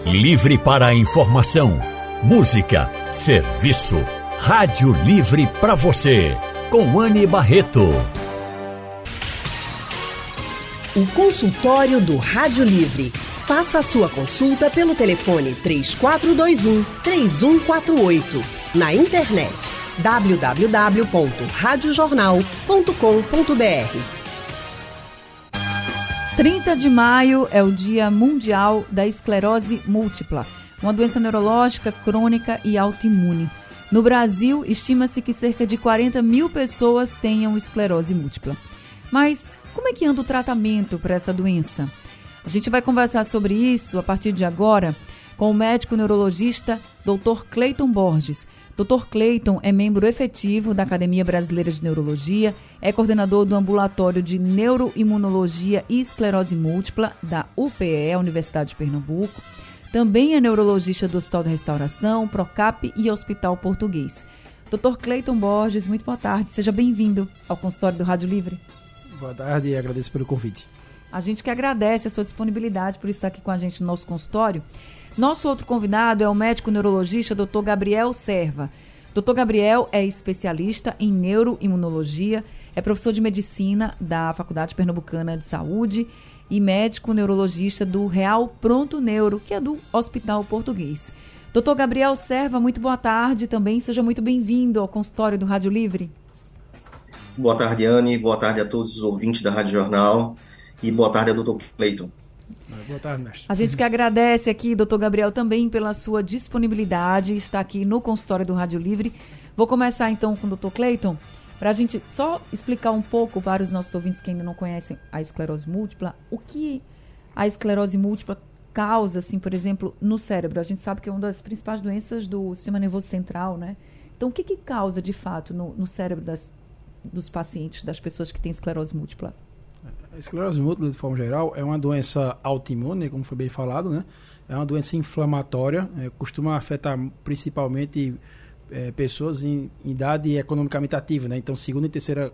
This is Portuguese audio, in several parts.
Livre para a informação, música, serviço. Rádio Livre para você, com Anne Barreto. O consultório do Rádio Livre. Faça a sua consulta pelo telefone 3421-3148. Na internet www.radiojornal.com.br. 30 de maio é o Dia Mundial da Esclerose Múltipla, uma doença neurológica, crônica e autoimune. No Brasil, estima-se que cerca de 40 mil pessoas tenham esclerose múltipla. Mas como é que anda o tratamento para essa doença? A gente vai conversar sobre isso a partir de agora com o médico neurologista Dr. Cleiton Borges. Dr. Cleiton é membro efetivo da Academia Brasileira de Neurologia, é coordenador do Ambulatório de Neuroimunologia e Esclerose Múltipla da UPE, Universidade de Pernambuco. Também é neurologista do Hospital da Restauração, Procap e Hospital Português. Dr. Cleiton Borges, muito boa tarde. Seja bem-vindo ao consultório do Rádio Livre. Boa tarde e agradeço pelo convite. A gente que agradece a sua disponibilidade por estar aqui com a gente no nosso consultório. Nosso outro convidado é o médico neurologista Dr. Gabriel Serva. Dr. Gabriel é especialista em neuroimunologia, é professor de medicina da Faculdade Pernambucana de Saúde e médico neurologista do Real Pronto Neuro, que é do Hospital Português. Dr. Gabriel Serva, muito boa tarde também. Seja muito bem-vindo ao consultório do Rádio Livre. Boa tarde, Anne. Boa tarde a todos os ouvintes da Rádio Jornal. E boa tarde a Dr. Cleiton. Boa tarde, mestre. A gente que agradece aqui, Dr. Gabriel, também pela sua disponibilidade, está aqui no consultório do Rádio Livre. Vou começar então com o Dr. Cleiton, para a gente só explicar um pouco para os nossos ouvintes que ainda não conhecem a esclerose múltipla, o que a esclerose múltipla causa, assim, por exemplo, no cérebro. A gente sabe que é uma das principais doenças do sistema nervoso central, né? Então, o que causa, de fato, no cérebro dos pacientes, das pessoas que têm esclerose múltipla? A esclerose múltipla, de forma geral, é uma doença autoimune, como foi bem falado, né? É uma doença inflamatória, costuma afetar principalmente pessoas em idade economicamente ativa, né? Então, segunda e terceira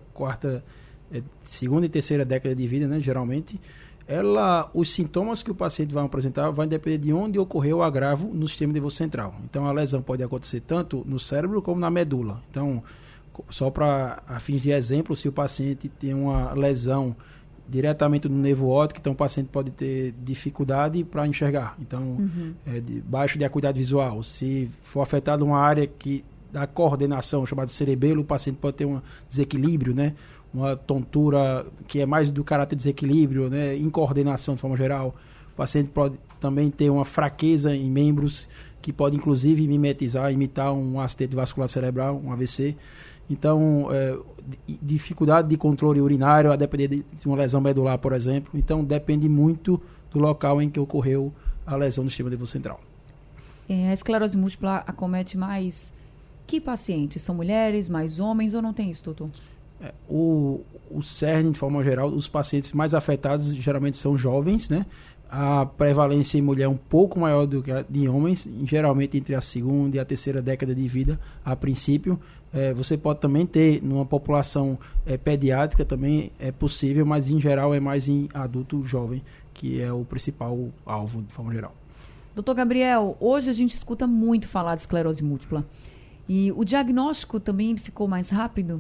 década de vida, né? Geralmente, os sintomas que o paciente vai apresentar vai depender de onde ocorreu o agravo no sistema nervoso central. Então, a lesão pode acontecer tanto no cérebro como na medula. Então, só para a fins de exemplo, se o paciente tem uma lesão diretamente no nervo óptico, então o paciente pode ter dificuldade para enxergar. Então, baixa de acuidade visual. Se for afetado uma área da coordenação, chamada cerebelo, o paciente pode ter um desequilíbrio, né? Uma tontura que é mais do caráter de desequilíbrio, né? Incoordenação de forma geral. O paciente pode também ter uma fraqueza em membros, que pode inclusive imitar um acidente vascular cerebral, um AVC. Então, dificuldade de controle urinário, a depender de uma lesão medular, por exemplo. Então, depende muito do local em que ocorreu a lesão no sistema nervoso central. A esclerose múltipla acomete mais que pacientes? São mulheres, mais homens, ou não tem isso, doutor? O cerne, de forma geral, os pacientes mais afetados geralmente são jovens, né? A prevalência em mulher é um pouco maior do que a de homens, geralmente entre a segunda e a terceira década de vida, a princípio. Você pode também ter, numa população pediátrica, também é possível, mas em geral é mais em adulto jovem, que é o principal alvo, de forma geral. Doutor Gabriel, hoje a gente escuta muito falar de esclerose múltipla. E o diagnóstico também ficou mais rápido?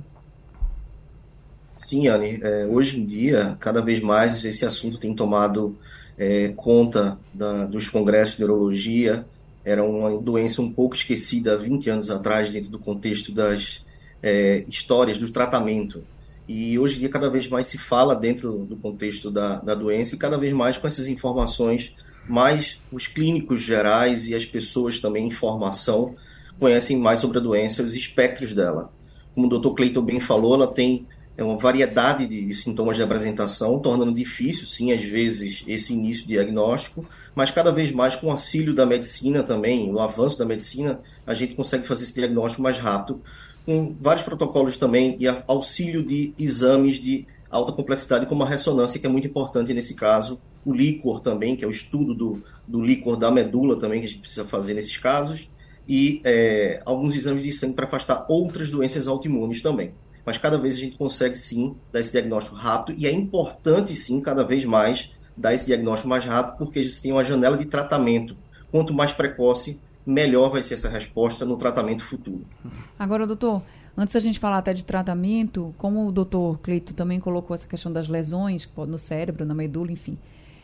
Sim, Anne. Hoje em dia, cada vez mais esse assunto tem tomado conta dos congressos de neurologia. Era uma doença um pouco esquecida há 20 anos atrás, dentro do contexto das histórias do tratamento. E hoje em dia, cada vez mais se fala dentro do contexto da doença e cada vez mais com essas informações, mais os clínicos gerais e as pessoas também em formação conhecem mais sobre a doença e os espectros dela. Como o Dr. Cleiton bem falou, ela tem uma variedade de sintomas de apresentação, tornando difícil, sim, às vezes, esse início diagnóstico, mas cada vez mais com o auxílio da medicina também, o avanço da medicina, a gente consegue fazer esse diagnóstico mais rápido, com vários protocolos também e auxílio de exames de alta complexidade, como a ressonância, que é muito importante nesse caso, o líquor também, que é o estudo do líquor da medula também, que a gente precisa fazer nesses casos, e alguns exames de sangue para afastar outras doenças autoimunes também. Mas cada vez a gente consegue, sim, dar esse diagnóstico rápido, e é importante, sim, cada vez mais, dar esse diagnóstico mais rápido, porque a gente tem uma janela de tratamento quanto mais precoce, melhor vai ser essa resposta no tratamento futuro. Agora, doutor, antes da gente falar até de tratamento, como o doutor Cleito também colocou essa questão das lesões no cérebro, na medula, enfim,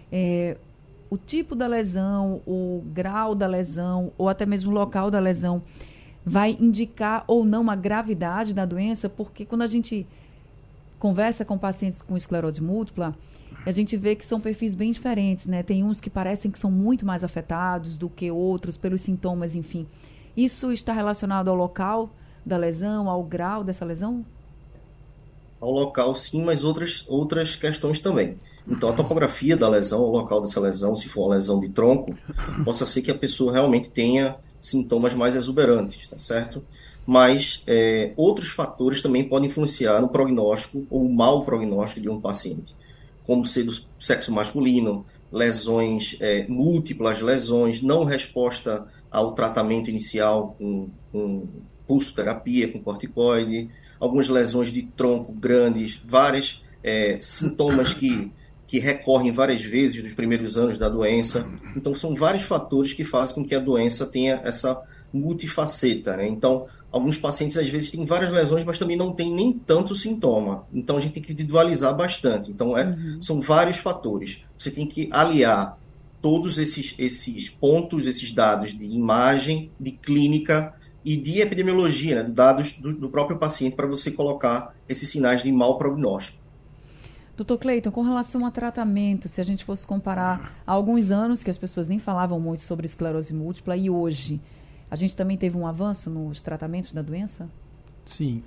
o tipo da lesão, o grau da lesão, ou até mesmo o local da lesão, vai indicar ou não a gravidade da doença, porque quando a gente conversa com pacientes com esclerose múltipla, a gente vê que são perfis bem diferentes, né? Tem uns que parecem que são muito mais afetados do que outros pelos sintomas, enfim. Isso está relacionado ao local da lesão, ao grau dessa lesão? Ao local, sim, mas outras questões também. Então, a topografia da lesão, o local dessa lesão, se for uma lesão de tronco, possa ser que a pessoa realmente tenha sintomas mais exuberantes, tá certo? Mas outros fatores também podem influenciar no prognóstico ou o mau prognóstico de um paciente, como ser do sexo masculino, lesões múltiplas, lesões, não resposta ao tratamento inicial com pulsoterapia, com corticoide, algumas lesões de tronco grandes, vários sintomas que recorrem várias vezes nos primeiros anos da doença. Então, são vários fatores que fazem com que a doença tenha essa multifaceta, né? Então, alguns pacientes, às vezes, têm várias lesões, mas também não têm nem tanto sintoma. Então, a gente tem que individualizar bastante. Então, são vários fatores. Você tem que aliar todos esses pontos, esses dados de imagem, de clínica e de epidemiologia, né? Dados do próprio paciente, para você colocar esses sinais de mau prognóstico. Doutor Cleiton, com relação a tratamento, se a gente fosse comparar há alguns anos que as pessoas nem falavam muito sobre esclerose múltipla e hoje, a gente também teve um avanço nos tratamentos da doença? Sim,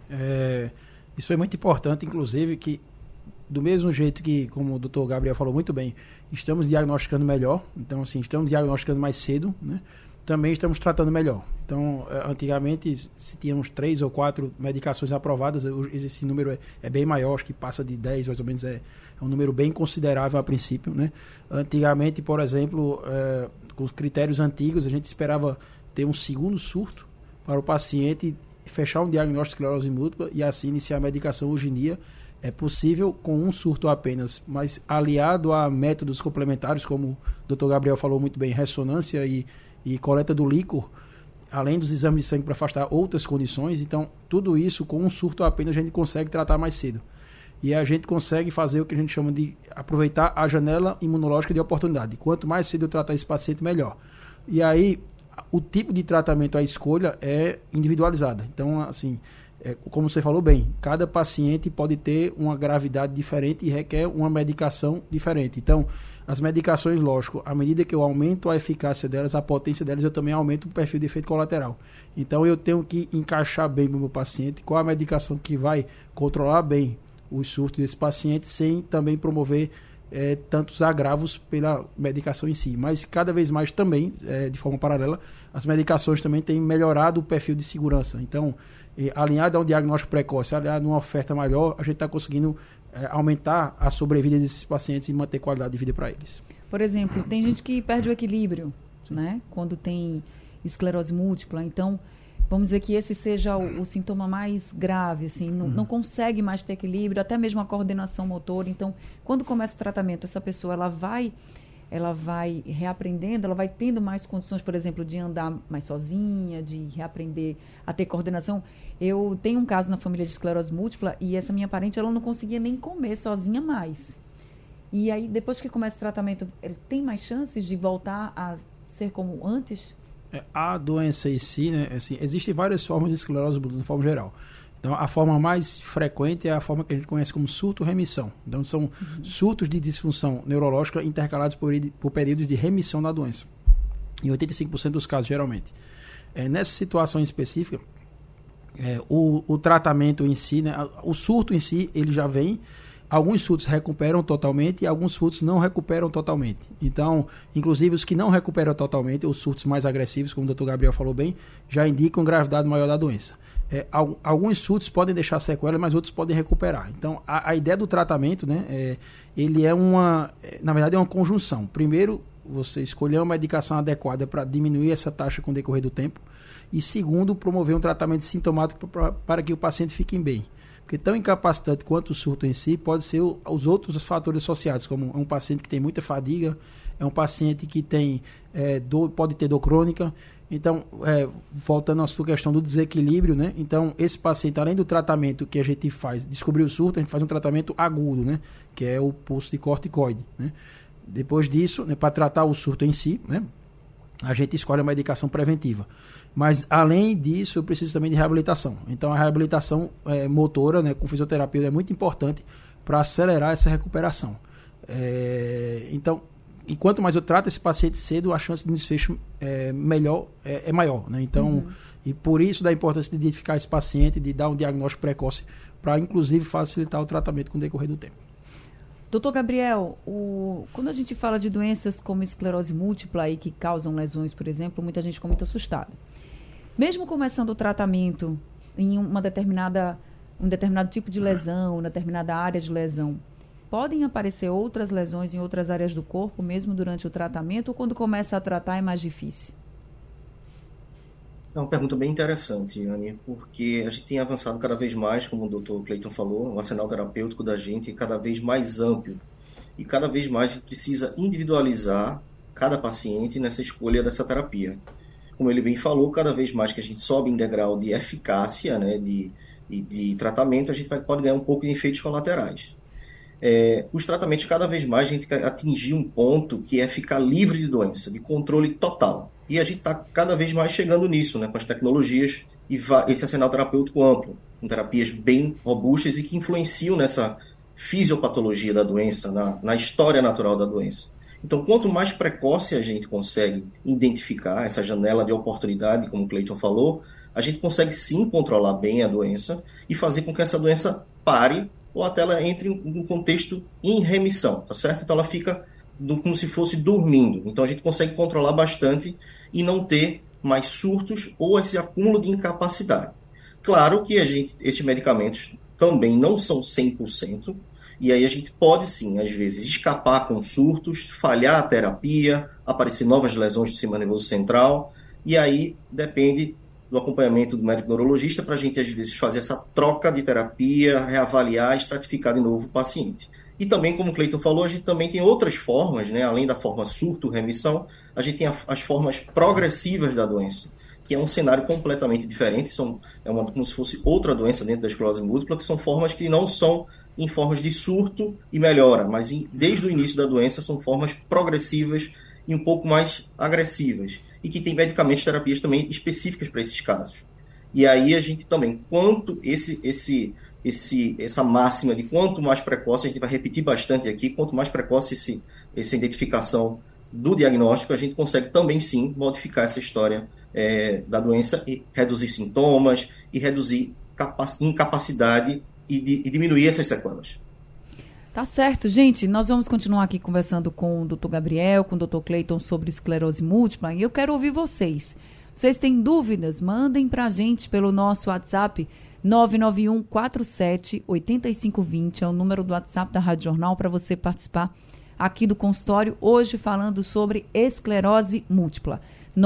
isso é muito importante, inclusive, que do mesmo jeito que, como o doutor Gabriel falou muito bem, estamos diagnosticando melhor, então assim, estamos diagnosticando mais cedo, né? Também estamos tratando melhor. Então, antigamente, se tínhamos 3 ou 4 medicações aprovadas, esse número é bem maior, acho que passa de 10, mais ou menos, é um número bem considerável a princípio, né? Antigamente, por exemplo, com os critérios antigos, a gente esperava ter um segundo surto para o paciente fechar um diagnóstico de esclerose múltipla e assim iniciar a medicação. Hoje em dia é possível com um surto apenas, mas aliado a métodos complementares, como o doutor Gabriel falou muito bem, ressonância e coleta do líquor, além dos exames de sangue para afastar outras condições. Então, tudo isso, com um surto apenas, a gente consegue tratar mais cedo. E a gente consegue fazer o que a gente chama de aproveitar a janela imunológica de oportunidade. Quanto mais cedo eu tratar esse paciente, melhor. E aí, o tipo de tratamento, a escolha é individualizada. Então, assim, como você falou bem, cada paciente pode ter uma gravidade diferente e requer uma medicação diferente. Então, as medicações, lógico, à medida que eu aumento a eficácia delas, a potência delas, eu também aumento o perfil de efeito colateral. Então, eu tenho que encaixar bem no meu paciente qual a medicação que vai controlar bem os surtos desse paciente, sem também promover tantos agravos pela medicação em si. Mas, cada vez mais também, de forma paralela, as medicações também têm melhorado o perfil de segurança. Então, alinhado a um diagnóstico precoce, alinhado a uma oferta melhor, a gente está conseguindo aumentar a sobrevida desses pacientes e manter qualidade de vida para eles. Por exemplo, tem gente que perde o equilíbrio, né? Quando tem esclerose múltipla. Então, vamos dizer que esse seja o sintoma mais grave, assim, não consegue mais ter equilíbrio, até mesmo a coordenação motora. Então, quando começa o tratamento, essa pessoa ela vai reaprendendo, ela vai tendo mais condições, por exemplo, de andar mais sozinha, de reaprender a ter coordenação. Eu tenho um caso na família de esclerose múltipla e essa minha parente, ela não conseguia nem comer sozinha mais. E aí, depois que começa o tratamento, ele tem mais chances de voltar a ser como antes? A doença em si, né, assim, existem várias formas de esclerose múltipla, de forma geral. Então, a forma mais frequente é a forma que a gente conhece como surto-remissão. Então, são surtos de disfunção neurológica intercalados por períodos de remissão da doença. Em 85% dos casos, geralmente. Nessa situação específica, o tratamento em si, né, o surto em si, ele já vem. Alguns surtos recuperam totalmente e alguns surtos não recuperam totalmente. Então, inclusive os que não recuperam totalmente, os surtos mais agressivos, como o Dr. Gabriel falou bem, já indicam gravidade maior da doença. Alguns surtos podem deixar sequela, mas outros podem recuperar. Então, a ideia do tratamento, né, ele na verdade é uma conjunção. Primeiro, você escolher uma medicação adequada para diminuir essa taxa com o decorrer do tempo. E segundo, promover um tratamento sintomático para que o paciente fique bem. Porque tão incapacitante quanto o surto em si, pode ser os outros fatores associados, como um paciente que tem muita fadiga, é um paciente que tem pode ter dor crônica. Então, voltando à sua questão do desequilíbrio, né? Então, esse paciente, além do tratamento que a gente faz, descobrir o surto, a gente faz um tratamento agudo, né? Que é o pulso de corticoide, né? Depois disso, né, para tratar o surto em si, né, a gente escolhe a medicação preventiva. Mas, além disso, eu preciso também de reabilitação. Então, a reabilitação motora, né, com fisioterapia é muito importante para acelerar essa recuperação. Então, e quanto mais eu trato esse paciente cedo, a chance de um desfecho é maior. Né? Então, e por isso da importância de identificar esse paciente, de dar um diagnóstico precoce, para, inclusive, facilitar o tratamento com o decorrer do tempo. Doutor Gabriel, quando a gente fala de doenças como esclerose múltipla aí, que causam lesões, por exemplo, muita gente fica muito assustada. Mesmo começando o tratamento em um determinado tipo de lesão, uma determinada área de lesão, podem aparecer outras lesões em outras áreas do corpo, mesmo durante o tratamento, ou quando começa a tratar é mais difícil? É uma pergunta bem interessante, Anne, porque a gente tem avançado cada vez mais, como o Dr. Cleiton falou, o arsenal terapêutico da gente é cada vez mais amplo. E cada vez mais a gente precisa individualizar cada paciente nessa escolha dessa terapia. Como ele bem falou, cada vez mais que a gente sobe em degrau de eficácia, né, de tratamento, a gente pode ganhar um pouco de efeitos colaterais. Os tratamentos, cada vez mais, a gente quer atingir um ponto que é ficar livre de doença, de controle total. E a gente está cada vez mais chegando nisso, né, com as tecnologias e esse arsenal terapêutico amplo, com terapias bem robustas e que influenciam nessa fisiopatologia da doença, na história natural da doença. Então, quanto mais precoce a gente consegue identificar essa janela de oportunidade, como o Cleiton falou, a gente consegue sim controlar bem a doença e fazer com que essa doença pare ou até ela entre em um contexto em remissão, tá certo? Então, ela fica como se fosse dormindo. Então, a gente consegue controlar bastante e não ter mais surtos ou esse acúmulo de incapacidade. Claro que esses medicamentos também não são 100%, e aí a gente pode sim, às vezes, escapar com surtos, falhar a terapia, aparecer novas lesões do sistema nervoso central, e aí depende do acompanhamento do médico neurologista para a gente, às vezes, fazer essa troca de terapia, reavaliar e estratificar de novo o paciente. E também, como o Cleiton falou, a gente também tem outras formas, né? Além da forma surto-remissão, a gente tem as formas progressivas da doença, que é um cenário completamente diferente, como se fosse outra doença dentro da esclerose múltipla, que são formas que não são em formas de surto e melhora, mas desde o início da doença são formas progressivas e um pouco mais agressivas, e que tem medicamentos e terapias também específicas para esses casos. E aí a gente também, quanto essa máxima de quanto mais precoce, a gente vai repetir bastante aqui, quanto mais precoce essa identificação do diagnóstico, a gente consegue também sim modificar essa história da doença e reduzir sintomas e reduzir incapacidade e diminuir essas sequelas. Tá certo, gente. Nós vamos continuar aqui conversando com o Dr. Gabriel, com o Dr. Cleiton sobre esclerose múltipla, e eu quero ouvir vocês. Vocês têm dúvidas? Mandem pra gente pelo nosso WhatsApp 991478520, é o número do WhatsApp da Rádio Jornal para você participar aqui do consultório, hoje falando sobre esclerose múltipla.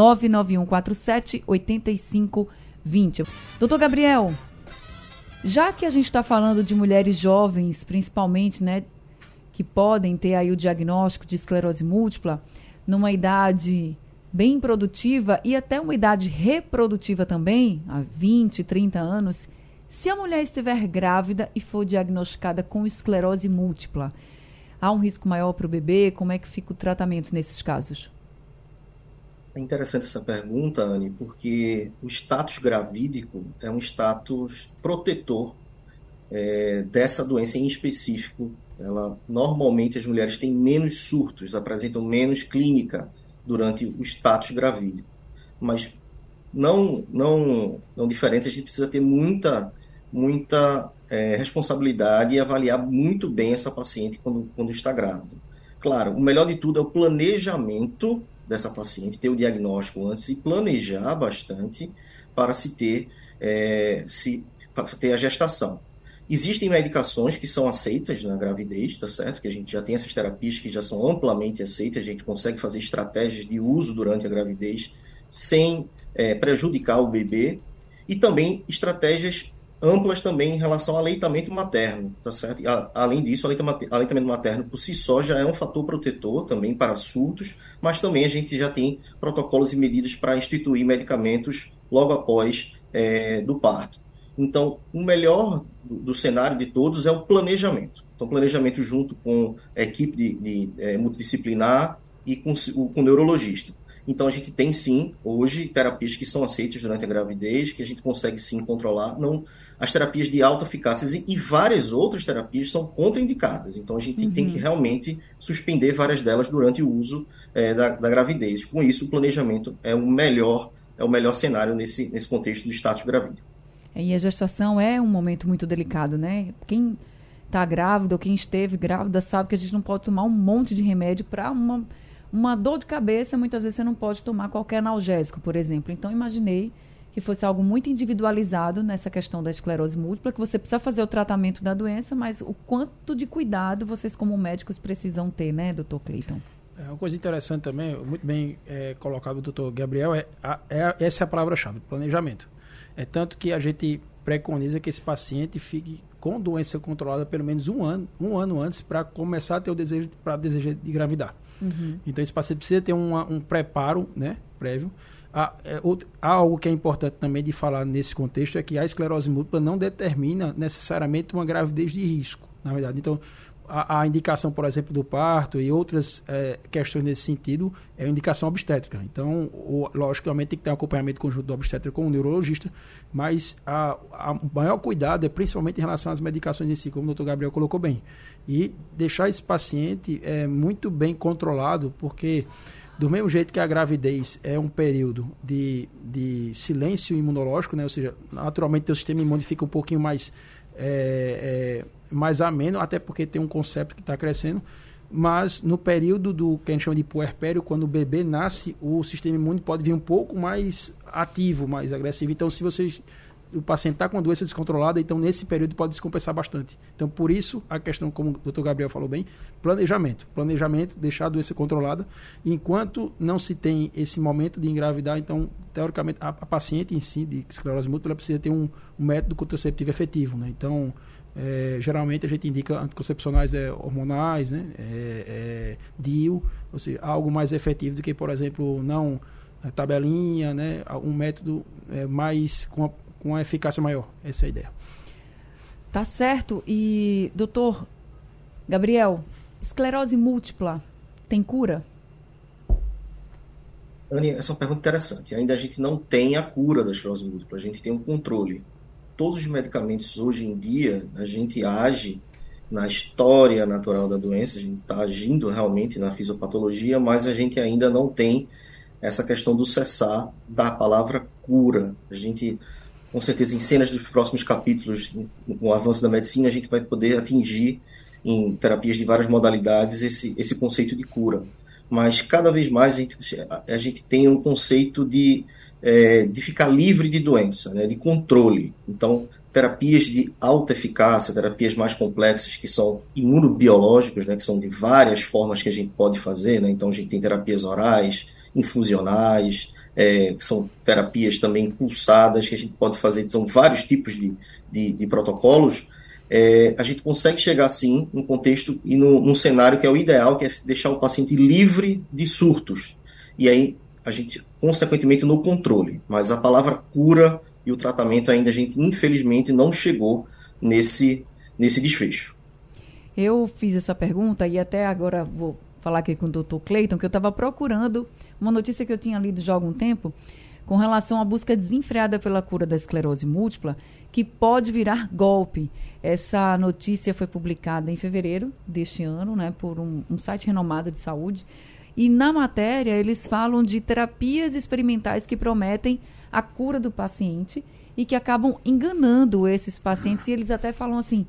991478520. Doutor Gabriel, já que a gente está falando de mulheres jovens, principalmente, né, que podem ter aí o diagnóstico de esclerose múltipla numa idade bem produtiva e até uma idade reprodutiva também, há 20, 30 anos, se a mulher estiver grávida e for diagnosticada com esclerose múltipla, há um risco maior para o bebê? Como é que fica o tratamento nesses casos? É interessante essa pergunta, Anne, porque o status gravídico é um status protetor dessa doença em específico. Normalmente as mulheres têm menos surtos, apresentam menos clínica durante o status gravídico. Mas não diferente, a gente precisa ter muita responsabilidade e avaliar muito bem essa paciente quando está grávida. Claro, o melhor de tudo é o planejamento dessa paciente, ter o diagnóstico antes e planejar bastante para se ter a gestação. Existem medicações que são aceitas na gravidez, tá certo? Que a gente já tem essas terapias que já são amplamente aceitas, a gente consegue fazer estratégias de uso durante a gravidez sem prejudicar o bebê, e também estratégias amplas também em relação ao aleitamento materno, tá certo? Além disso, o aleitamento materno por si só já é um fator protetor também para surtos, mas também a gente já tem protocolos e medidas para instituir medicamentos logo após do parto. Então, o melhor do cenário de todos é o planejamento. Então, planejamento junto com a equipe multidisciplinar e com o neurologista. Então, a gente tem, sim, hoje, terapias que são aceitas durante a gravidez, que a gente consegue, sim, controlar. Não, as terapias de alta eficácia e várias outras terapias são contraindicadas. Então, a gente tem que realmente suspender várias delas durante o uso da gravidez. Com isso, o planejamento é o melhor cenário nesse contexto do status gravídeo. E a gestação é um momento muito delicado, né? Quem está grávida ou quem esteve grávida sabe que a gente não pode tomar um monte de remédio para uma dor de cabeça. Muitas vezes você não pode tomar qualquer analgésico, por exemplo. Então, imaginei que fosse algo muito individualizado nessa questão da esclerose múltipla, que você precisa fazer o tratamento da doença, mas o quanto de cuidado vocês, como médicos, precisam ter, né, doutor Cleiton? Uma coisa interessante também, muito bem colocado o doutor Gabriel, essa é a palavra-chave, planejamento. É tanto que a gente preconiza que esse paciente fique com doença controlada pelo menos um ano antes para começar a ter o desejo de engravidar. Então, esse paciente precisa ter um preparo, né, prévio. Há algo que é importante também de falar nesse contexto é que a esclerose múltipla não determina necessariamente uma gravidez de risco, na verdade. Então, a indicação, por exemplo, do parto e outras questões nesse sentido é uma indicação obstétrica. Então, logicamente, tem que ter um acompanhamento conjunto do obstetra com o neurologista, mas o maior cuidado é principalmente em relação às medicações em si, como o doutor Gabriel colocou bem. E deixar esse paciente muito bem controlado, porque do mesmo jeito que a gravidez é um período de silêncio imunológico, né? Ou seja, naturalmente o sistema imune fica um pouquinho mais ameno, até porque tem um conceito que está crescendo, mas no período do que a gente chama de puerpério, quando o bebê nasce, o sistema imune pode vir um pouco mais ativo, mais agressivo. Então, se o paciente está com a doença descontrolada, então nesse período pode descompensar bastante. Então, por isso, a questão, como o doutor Gabriel falou bem, planejamento, deixar a doença controlada. Enquanto não se tem esse momento de engravidar, então, teoricamente, a paciente em si, de esclerose múltipla, precisa ter um método contraceptivo efetivo, né? Então, geralmente a gente indica anticoncepcionais hormonais, né? DIU, ou seja, algo mais efetivo do que, por exemplo, não tabelinha, né? Um método mais com uma eficácia maior. Essa é a ideia. Tá certo. E, doutor Gabriel, esclerose múltipla tem cura? Anny, essa é uma pergunta interessante. Ainda a gente não tem a cura da esclerose múltipla, a gente tem um controle. Todos os medicamentos hoje em dia, a gente age na história natural da doença, a gente está agindo realmente na fisiopatologia, mas a gente ainda não tem essa questão do cessar da palavra cura. A gente, com certeza, em cenas dos próximos capítulos, com o avanço da medicina, a gente vai poder atingir em terapias de várias modalidades esse conceito de cura. Mas cada vez mais a gente tem um conceito de ficar livre de doença, né, de controle. Então, terapias de alta eficácia, terapias mais complexas, que são imunobiológicos, né, que são de várias formas que a gente pode fazer, né? Então, a gente tem terapias orais, infusionais, que são terapias também pulsadas, que a gente pode fazer, são vários tipos de protocolos. A gente consegue chegar, sim, num contexto e num cenário que é o ideal, que é deixar o paciente livre de surtos. E aí, a gente, consequentemente, no controle. Mas a palavra cura e o tratamento ainda a gente, infelizmente, não chegou nesse desfecho. Eu fiz essa pergunta e até agora vou falar aqui com o Dr. Cleiton, que eu estava procurando uma notícia que eu tinha lido já há algum tempo com relação à busca desenfreada pela cura da esclerose múltipla, que pode virar golpe. Essa notícia foi publicada em fevereiro deste ano, né, por um site renomado de saúde. E na matéria eles falam de terapias experimentais que prometem a cura do paciente e que acabam enganando esses pacientes. E eles até falam assim,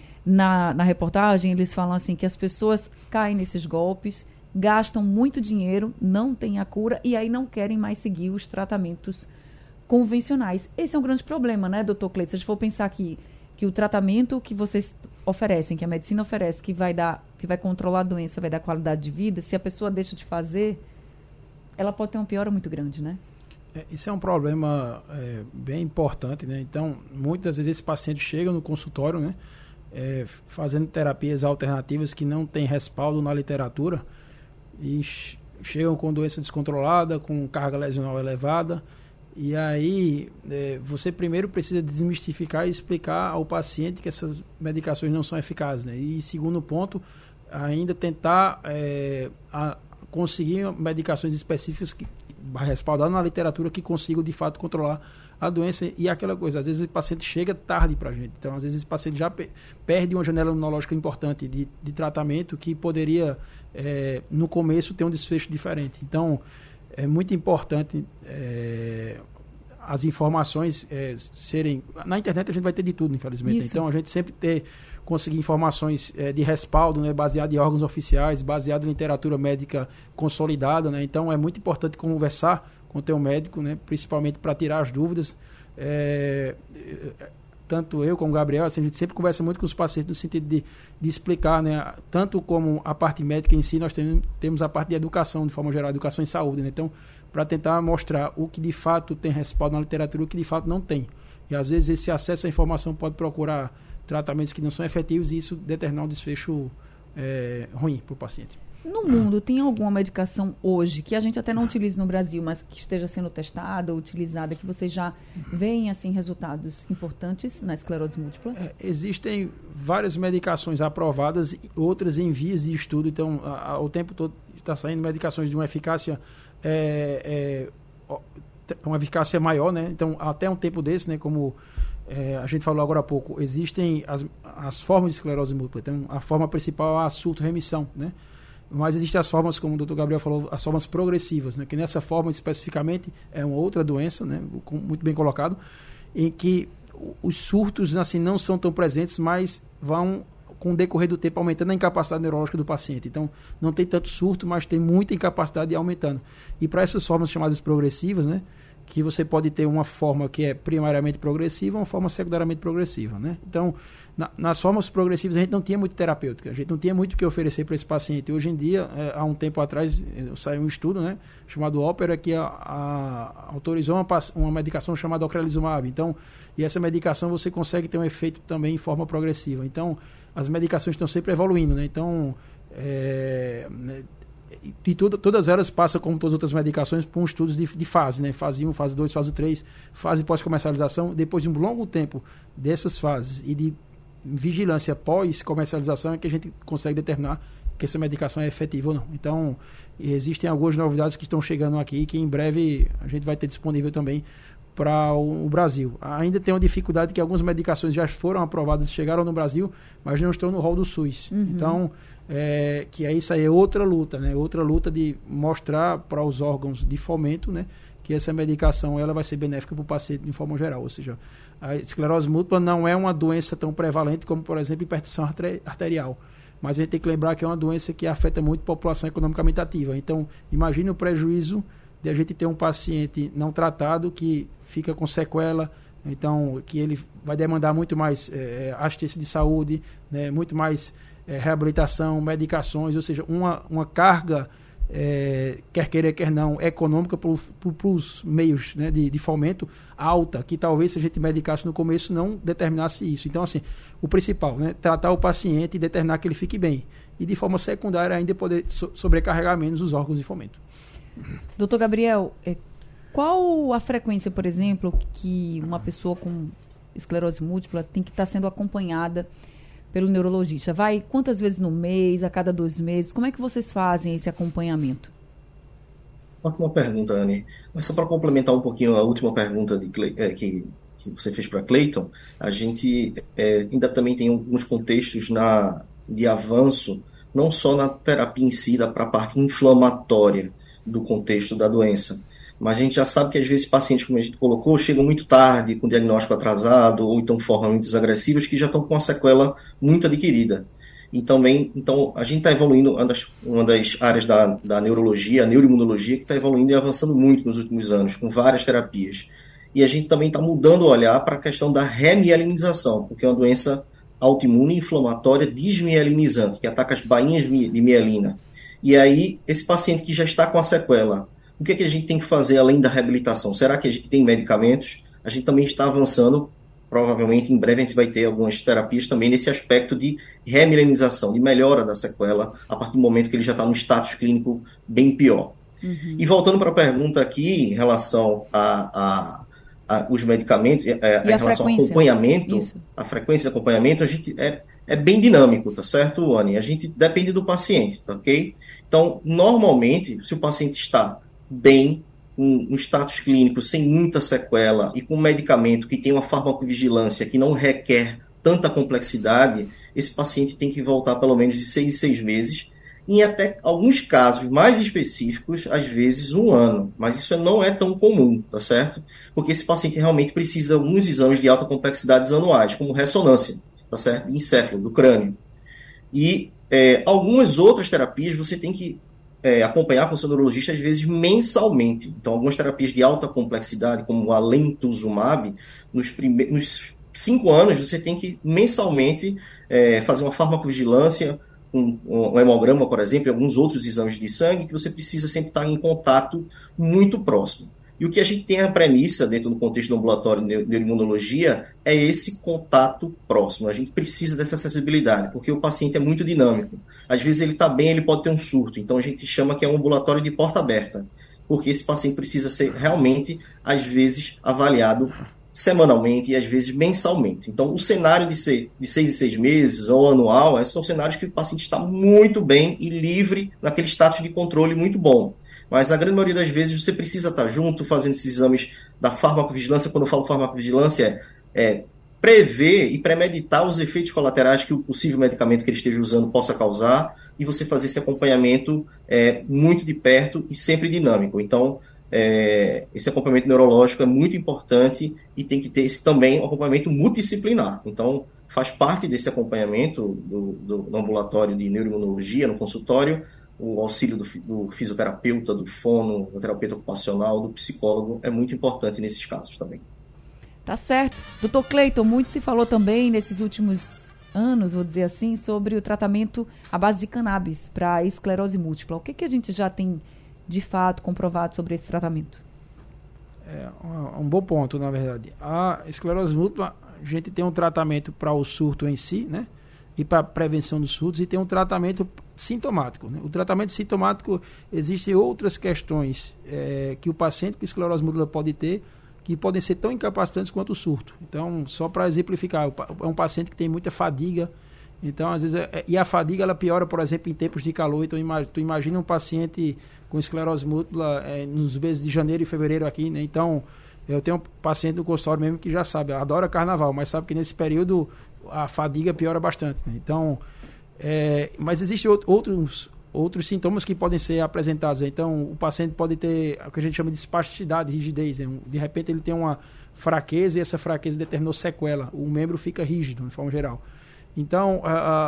na reportagem, eles falam assim que as pessoas caem nesses golpes, gastam muito dinheiro, não têm a cura e aí não querem mais seguir os tratamentos convencionais. Esse é um grande problema, né, doutor Cleiton? Se a gente for pensar que o tratamento que vocês oferecem, que a medicina oferece, que vai controlar a doença, vai dar qualidade de vida, se a pessoa deixa de fazer, ela pode ter uma piora muito grande, né? Isso é um problema bem importante, né? Então, muitas vezes esses pacientes chegam no consultório, né? Fazendo terapias alternativas que não têm respaldo na literatura e chegam com doença descontrolada, com carga lesional elevada. E aí, você primeiro precisa desmistificar e explicar ao paciente que essas medicações não são eficazes, né? E segundo ponto, ainda tentar conseguir medicações específicas respaldadas na literatura que consigam de fato controlar a doença. E aquela coisa, às vezes o paciente chega tarde para a gente, então às vezes o paciente já perde uma janela imunológica importante de tratamento que poderia no começo ter um desfecho diferente. Então é muito importante as informações serem... Na internet a gente vai ter de tudo, infelizmente. Isso. Então a gente sempre conseguir informações de respaldo, né, baseado em órgãos oficiais, baseado em literatura médica consolidada, né? Então é muito importante conversar com o teu médico, né, principalmente para tirar as dúvidas. Tanto eu como o Gabriel, assim, a gente sempre conversa muito com os pacientes no sentido de explicar, né, tanto como a parte médica em si, nós temos a parte de educação, de forma geral, educação em saúde, né? Então, para tentar mostrar o que de fato tem respaldo na literatura e o que de fato não tem. E às vezes esse acesso à informação pode procurar tratamentos que não são efetivos e isso determinar um desfecho ruim para o paciente. No mundo, tem alguma medicação hoje que a gente até não utiliza no Brasil, mas que esteja sendo testada ou utilizada, que vocês já veem assim, resultados importantes na esclerose múltipla? Existem várias medicações aprovadas, outras em vias de estudo. Então, ao tempo todo está saindo medicações de uma eficácia maior, né? Então, até um tempo desse, né, como a gente falou agora há pouco, existem as formas de esclerose múltipla. Então, a forma principal é a surto-remissão, né? Mas existem as formas, como o Dr. Gabriel falou, as formas progressivas, né? Que nessa forma especificamente é uma outra doença, né? Muito bem colocado, em que os surtos assim, não são tão presentes, mas vão, com o decorrer do tempo, aumentando a incapacidade neurológica do paciente. Então, não tem tanto surto, mas tem muita incapacidade aumentando. E para essas formas chamadas progressivas, né? Que você pode ter uma forma que é primariamente progressiva e uma forma secundariamente progressiva, né? Então, nas formas progressivas a gente não tinha muito terapêutica, a gente não tinha muito o que oferecer para esse paciente. Hoje em dia, há um tempo atrás, saiu um estudo, né, chamado Ópera, que autorizou uma medicação chamada ocrelizumab. Então, e essa medicação você consegue ter um efeito também em forma progressiva. Então, as medicações estão sempre evoluindo, né? Então, e todas elas passam, como todas as outras medicações, por um estudo de fase, né? Fase 1, fase 2, fase 3, fase pós-comercialização. Depois de um longo tempo dessas fases e de vigilância pós-comercialização é que a gente consegue determinar que essa medicação é efetiva ou não. Então, existem algumas novidades que estão chegando aqui, que em breve a gente vai ter disponível também para o Brasil. Ainda tem uma dificuldade que algumas medicações já foram aprovadas, chegaram no Brasil, mas não estão no rol do SUS. Uhum. Então, que isso aí é outra luta, né? Outra luta de mostrar para os órgãos de fomento, né, que essa medicação ela vai ser benéfica para o paciente de forma geral. Ou seja, a esclerose múltipla não é uma doença tão prevalente como, por exemplo, hipertensão arterial. Mas a gente tem que lembrar que é uma doença que afeta muito a população economicamente ativa. Então, imagine o prejuízo de a gente ter um paciente não tratado que fica com sequela, então que ele vai demandar muito mais assistência de saúde, né, muito mais reabilitação, medicações, ou seja, uma carga, quer queira, quer não, econômica para os meios, né, de fomento alta, que talvez se a gente medicasse no começo não determinasse isso. Então, assim, o principal, né, tratar o paciente e determinar que ele fique bem. E de forma secundária ainda poder sobrecarregar menos os órgãos de fomento. Doutor Gabriel, qual a frequência, por exemplo, que uma pessoa com esclerose múltipla tem que estar sendo acompanhada pelo neurologista? Vai quantas vezes no mês, a cada 2 meses? Como é que vocês fazem esse acompanhamento? Ótima pergunta, Anne. Mas só para complementar um pouquinho a última pergunta que você fez para Cleiton, a gente ainda também tem alguns contextos de avanço, não só na terapia em si, para a parte inflamatória do contexto da doença. Mas a gente já sabe que às vezes pacientes, como a gente colocou, chegam muito tarde, com diagnóstico atrasado, ou então formas muito agressivas, que já estão com uma sequela muito adquirida. E também, então, a gente está evoluindo, uma das áreas da neurologia, a neuroimunologia, que está evoluindo e avançando muito nos últimos anos, com várias terapias. E a gente também está mudando o olhar para a questão da remielinização, porque é uma doença autoimune inflamatória desmielinizante, que ataca as bainhas de mielina. E aí, esse paciente que já está com a sequela, o que é que a gente tem que fazer além da reabilitação? Será que a gente tem medicamentos? A gente também está avançando, provavelmente em breve a gente vai ter algumas terapias também nesse aspecto de remilenização, de melhora da sequela, a partir do momento que ele já está no status clínico bem pior. E voltando para a pergunta aqui, em relação os medicamentos, em relação ao acompanhamento, a frequência de acompanhamento, a gente é bem dinâmico, tá certo, Anny? A gente depende do paciente, tá ok? Então, normalmente, se o paciente está bem, com um status clínico sem muita sequela e com um medicamento que tem uma farmacovigilância que não requer tanta complexidade, esse paciente tem que voltar pelo menos de 6 em 6 meses, em até alguns casos mais específicos, às vezes 1 ano. Mas isso não é tão comum, tá certo? Porque esse paciente realmente precisa de alguns exames de alta complexidade anuais, como ressonância, tá certo? Encéfalo, do crânio. E algumas outras terapias você tem que acompanhar com o seu neurologista, às vezes, mensalmente. Então, algumas terapias de alta complexidade, como o alentuzumab, nos 5 anos, você tem que, mensalmente, fazer uma farmacovigilância, um hemograma, por exemplo, e alguns outros exames de sangue, que você precisa sempre estar em contato muito próximo. E o que a gente tem a premissa, dentro do contexto do ambulatório de neuroimunologia, é esse contato próximo. A gente precisa dessa acessibilidade, porque o paciente é muito dinâmico. Às vezes ele está bem, ele pode ter um surto. Então a gente chama que é um ambulatório de porta aberta, porque esse paciente precisa ser realmente, às vezes, avaliado semanalmente e às vezes mensalmente. Então o cenário de ser de 6 em 6 meses ou anual, são cenários que o paciente está muito bem e livre naquele status de controle muito bom. Mas a grande maioria das vezes você precisa estar junto, fazendo esses exames da farmacovigilância. Quando eu falo farmacovigilância, prever e premeditar os efeitos colaterais que o possível medicamento que ele esteja usando possa causar, e você fazer esse acompanhamento muito de perto e sempre dinâmico. Então, esse acompanhamento neurológico é muito importante e tem que ter esse também acompanhamento multidisciplinar. Então, faz parte desse acompanhamento do ambulatório de neuroimunologia, no consultório, o auxílio do fisioterapeuta, do fono, do terapeuta ocupacional, do psicólogo, é muito importante nesses casos também. Tá certo. Doutor Cleiton, muito se falou também nesses últimos anos, vou dizer assim, sobre o tratamento à base de cannabis para esclerose múltipla. O que a gente já tem, de fato, comprovado sobre esse tratamento? É um bom ponto, na verdade. A esclerose múltipla, a gente tem um tratamento para o surto em si, né? E para prevenção dos surtos, e tem um tratamento sintomático, né? O tratamento sintomático, existem outras questões que o paciente com esclerose múltipla pode ter, que podem ser tão incapacitantes quanto o surto. Então, só para exemplificar, é um paciente que tem muita fadiga, então, às vezes, e a fadiga, ela piora, por exemplo, em tempos de calor. Então, tu imagina um paciente com esclerose múltipla nos meses de janeiro e fevereiro aqui, né? Então, eu tenho um paciente no consultório mesmo que já sabe, adora carnaval, mas sabe que nesse período a fadiga piora bastante, né? Então, mas existem outros sintomas que podem ser apresentados. Então, o paciente pode ter o que a gente chama de espasticidade, rigidez, né? De repente ele tem uma fraqueza e essa fraqueza determinou sequela. O membro fica rígido, de forma geral. Então,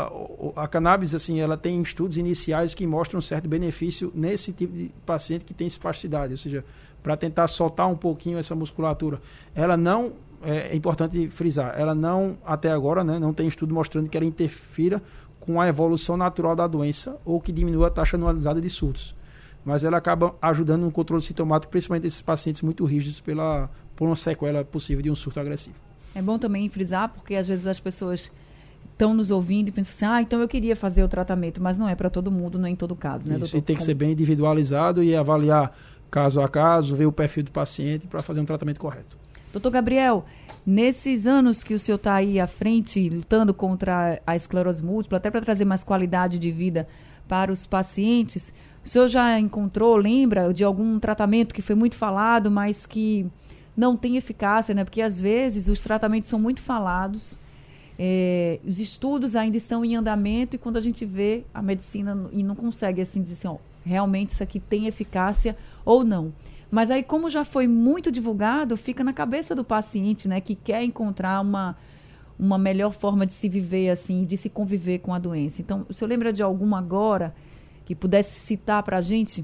a cannabis, assim, ela tem estudos iniciais que mostram um certo benefício nesse tipo de paciente que tem espasticidade, ou seja, para tentar soltar um pouquinho essa musculatura. Ela não, é importante frisar, ela não, até agora, né, não tem estudo mostrando que ela interfira com a evolução natural da doença ou que diminua a taxa anualizada de surtos. Mas ela acaba ajudando no controle sintomático, principalmente desses pacientes muito rígidos por uma sequela possível de um surto agressivo. É bom também frisar, porque às vezes as pessoas estão nos ouvindo e pensam assim, então eu queria fazer o tratamento, mas não é para todo mundo, não é em todo caso, né, Isso, doutor? E tem que ser bem individualizado e avaliar caso a caso, ver o perfil do paciente para fazer um tratamento correto. Doutor Gabriel, nesses anos que o senhor está aí à frente, lutando contra a esclerose múltipla, até para trazer mais qualidade de vida para os pacientes, o senhor já encontrou, lembra de algum tratamento que foi muito falado, mas que não tem eficácia, né? Porque às vezes os tratamentos são muito falados, os estudos ainda estão em andamento e quando a gente vê a medicina e não consegue assim dizer assim, realmente isso aqui tem eficácia ou não. Mas aí, como já foi muito divulgado, fica na cabeça do paciente, né, que quer encontrar uma melhor forma de se viver assim, de se conviver com a doença. Então, o senhor lembra de alguma agora que pudesse citar para a gente?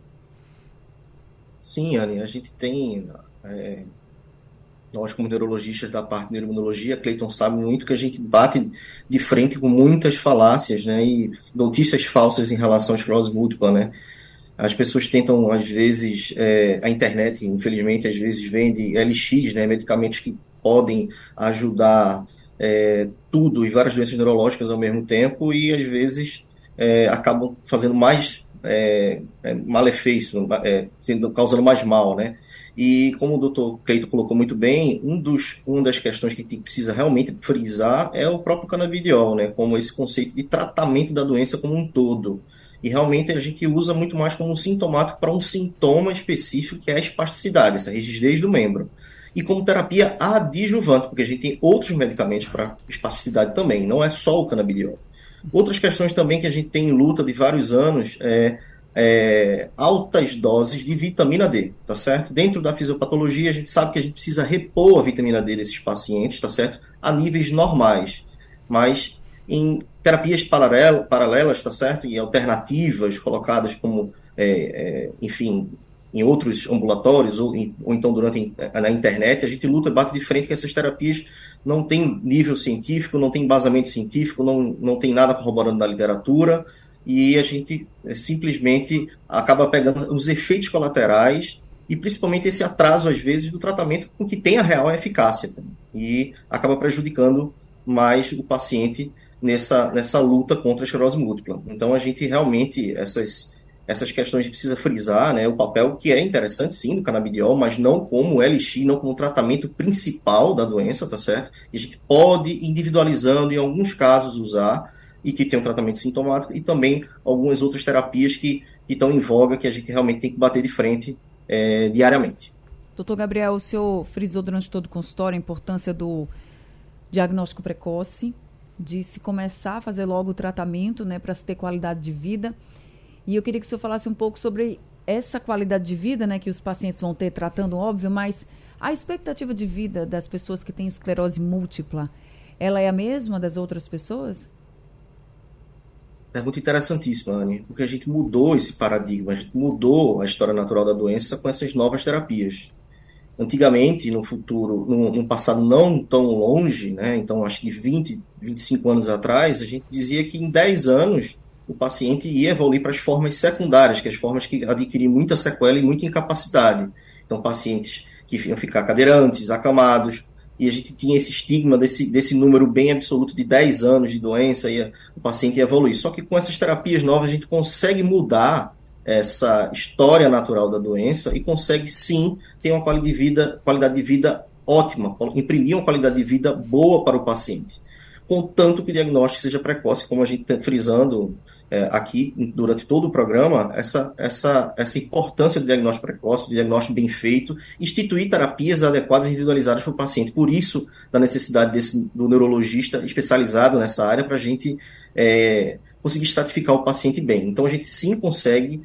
Sim, Anny, a gente tem, nós como neurologistas da parte de neuroimunologia, Cleiton sabe muito que a gente bate de frente com muitas falácias, né, e notícias falsas em relação à esclerose múltipla, né. As pessoas tentam, às vezes, a internet, infelizmente, às vezes vende LX, né, medicamentos que podem ajudar tudo e várias doenças neurológicas ao mesmo tempo e, às vezes, acabam fazendo mais malefício, causando mais mal, né? E como o Dr. Cleito colocou muito bem, uma das questões que a gente precisa realmente frisar é o próprio canabidiol, né? Como esse conceito de tratamento da doença como um todo. E realmente a gente usa muito mais como um sintomático para um sintoma específico, que é a espasticidade, essa rigidez do membro. E como terapia adjuvante, porque a gente tem outros medicamentos para espasticidade também, não é só o canabidiol. Outras questões também que a gente tem em luta de vários anos altas doses de vitamina D, tá certo? Dentro da fisiopatologia, a gente sabe que a gente precisa repor a vitamina D desses pacientes, tá certo? A níveis normais. Mas em terapias paralelas, tá certo? E alternativas colocadas como, enfim, em outros ambulatórios ou então na internet, a gente luta, bate de frente que essas terapias não têm nível científico, não tem embasamento científico, não tem nada corroborando da literatura, e a gente simplesmente acaba pegando os efeitos colaterais e principalmente esse atraso, às vezes, do tratamento com que tem a real eficácia. E acaba prejudicando mais o paciente nessa luta contra a esclerose múltipla. Então, a gente realmente, essas questões a gente precisa frisar, né, o papel que é interessante, sim, do canabidiol, mas não como LX, não como tratamento principal da doença, tá certo? E a gente pode, individualizando, em alguns casos, usar, e que tem um tratamento sintomático, e também algumas outras terapias que estão em voga, que a gente realmente tem que bater de frente diariamente. Doutor Gabriel, o senhor frisou durante todo o consultório a importância do diagnóstico precoce, de se começar a fazer logo o tratamento, né, para se ter qualidade de vida. E eu queria que o senhor falasse um pouco sobre essa qualidade de vida, né, que os pacientes vão ter tratando, óbvio, mas a expectativa de vida das pessoas que têm esclerose múltipla, ela é a mesma das outras pessoas? Pergunta interessantíssima, Anny, porque a gente mudou esse paradigma, a gente mudou a história natural da doença com essas novas terapias. Antigamente, no futuro, num passado não tão longe, né, então acho que 20, 25 anos atrás, a gente dizia que em 10 anos o paciente ia evoluir para as formas secundárias, que é as formas que adquiriam muita sequela e muita incapacidade. Então, pacientes que iam ficar cadeirantes, acamados, e a gente tinha esse estigma desse número bem absoluto de 10 anos de doença e o paciente ia evoluir. Só que com essas terapias novas a gente consegue mudar essa história natural da doença e consegue sim ter uma qualidade de vida ótima, imprimir uma qualidade de vida boa para o paciente, contanto que o diagnóstico seja precoce, como a gente está frisando aqui durante todo o programa, essa importância do diagnóstico precoce, do diagnóstico bem feito, instituir terapias adequadas e individualizadas para o paciente. Por isso, da necessidade do neurologista especializado nessa área para a gente conseguir estratificar o paciente bem. Então, a gente sim consegue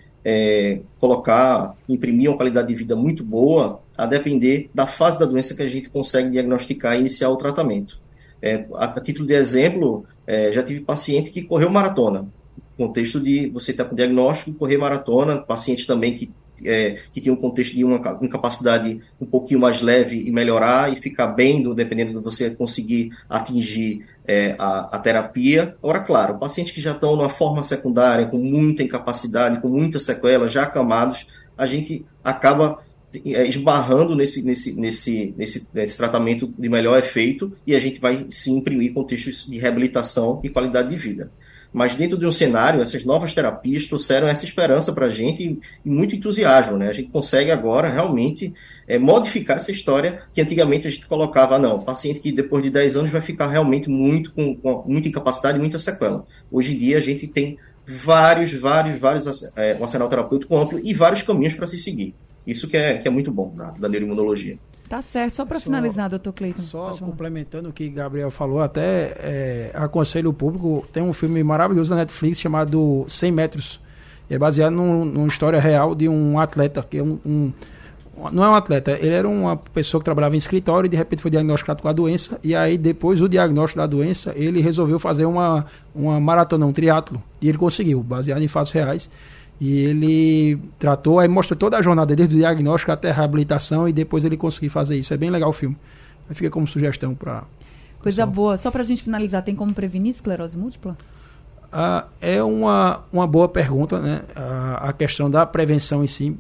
imprimir uma qualidade de vida muito boa, a depender da fase da doença que a gente consegue diagnosticar e iniciar o tratamento. A título de exemplo, já tive paciente que correu maratona. Contexto de você estar com diagnóstico, correr maratona, paciente também que tinha um contexto de uma incapacidade um pouquinho mais leve e melhorar e ficar bem, dependendo de você conseguir atingir a terapia. Ora, claro, pacientes que já estão numa forma secundária, com muita incapacidade, com muita sequela, já acamados, a gente acaba esbarrando nesse tratamento de melhor efeito e a gente vai sim imprimir contextos de reabilitação e qualidade de vida. Mas dentro de um cenário, essas novas terapias trouxeram essa esperança para a gente e muito entusiasmo, né? A gente consegue agora realmente modificar essa história que antigamente a gente colocava, paciente que depois de 10 anos vai ficar realmente com muita incapacidade e muita sequela. Hoje em dia a gente tem vários um arsenal terapêutico amplo e vários caminhos para se seguir. Isso que é muito bom da neuroimunologia. Tá certo. Só para finalizar, doutor Cleiton. Só complementando o que Gabriel falou, até aconselho o público, tem um filme maravilhoso da Netflix chamado 100 metros. É baseado numa história real de um atleta, que é não é um atleta, ele era uma pessoa que trabalhava em escritório e de repente foi diagnosticado com a doença, e aí depois do diagnóstico da doença, ele resolveu fazer uma maratona, um triatlo, e ele conseguiu, baseado em fatos reais. E ele tratou, aí mostra toda a jornada, desde o diagnóstico até a reabilitação, e depois ele conseguiu fazer isso. É bem legal o filme. Aí fica como sugestão para... Coisa boa. Só para a gente finalizar, tem como prevenir esclerose múltipla? É uma boa pergunta, né? A questão da prevenção em si.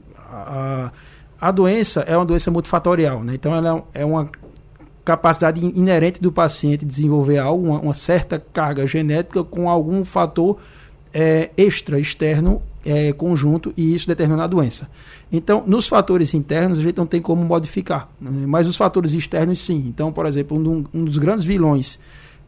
A doença é uma doença multifatorial, né? Então ela é uma capacidade inerente do paciente desenvolver algo, uma certa carga genética com algum fator externo, conjunto, e isso determina a doença. Então, nos fatores internos, a gente não tem como modificar, né? Mas os fatores externos, sim. Então, por exemplo, um dos grandes vilões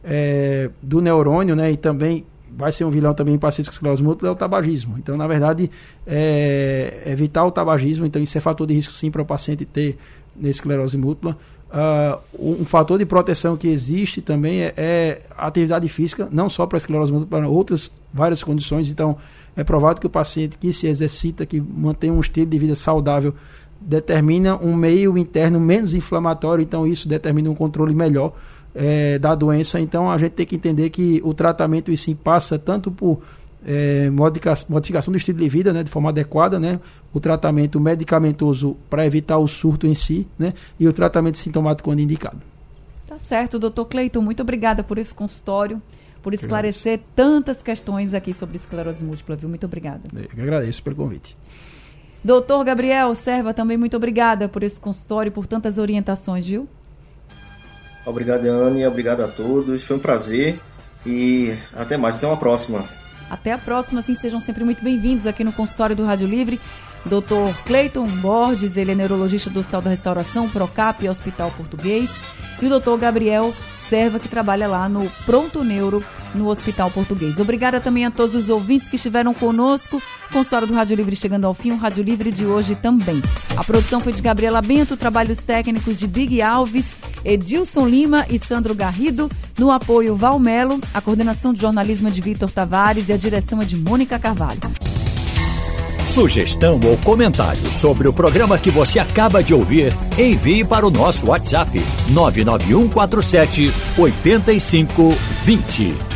do neurônio, né, e também vai ser um vilão também em pacientes com esclerose múltipla, é o tabagismo. Então, na verdade, evitar o tabagismo, então isso é fator de risco, sim, para o paciente ter esclerose múltipla. Um fator de proteção que existe também é a atividade física, não só para a esclerose múltipla, para outras várias condições. Então, é provado que o paciente que se exercita, que mantém um estilo de vida saudável, determina um meio interno menos inflamatório, então isso determina um controle melhor da doença. Então, a gente tem que entender que o tratamento, sim, passa tanto por modificação do estilo de vida, né, de forma adequada, né, o tratamento medicamentoso para evitar o surto em si, né, e o tratamento sintomático quando indicado. Tá certo, doutor Cleiton, muito obrigada por esse consultório, por esclarecer tantas questões aqui sobre esclerose múltipla, viu? Muito obrigada. Eu agradeço pelo convite. Doutor Gabriel Serva, também muito obrigada por esse consultório, por tantas orientações, viu? Obrigado, Anne, obrigado a todos, foi um prazer e até mais, até uma próxima. Até a próxima, assim, sejam sempre muito bem-vindos aqui no consultório do Rádio Livre. Dr. Cleiton Borges, ele é neurologista do Hospital da Restauração, Procap e Hospital Português. E o Dr. Gabriel Serva, que trabalha lá no Pronto Neuro, no Hospital Português. Obrigada também a todos os ouvintes que estiveram conosco. O consultório do Rádio Livre chegando ao fim, o Rádio Livre de hoje também. A produção foi de Gabriela Bento, trabalhos técnicos de Big Alves, Edilson Lima e Sandro Garrido. No apoio, Valmelo, a coordenação de jornalismo é de Vitor Tavares e a direção é de Mônica Carvalho. Sugestão ou comentário sobre o programa que você acaba de ouvir, envie para o nosso WhatsApp 99147 8520.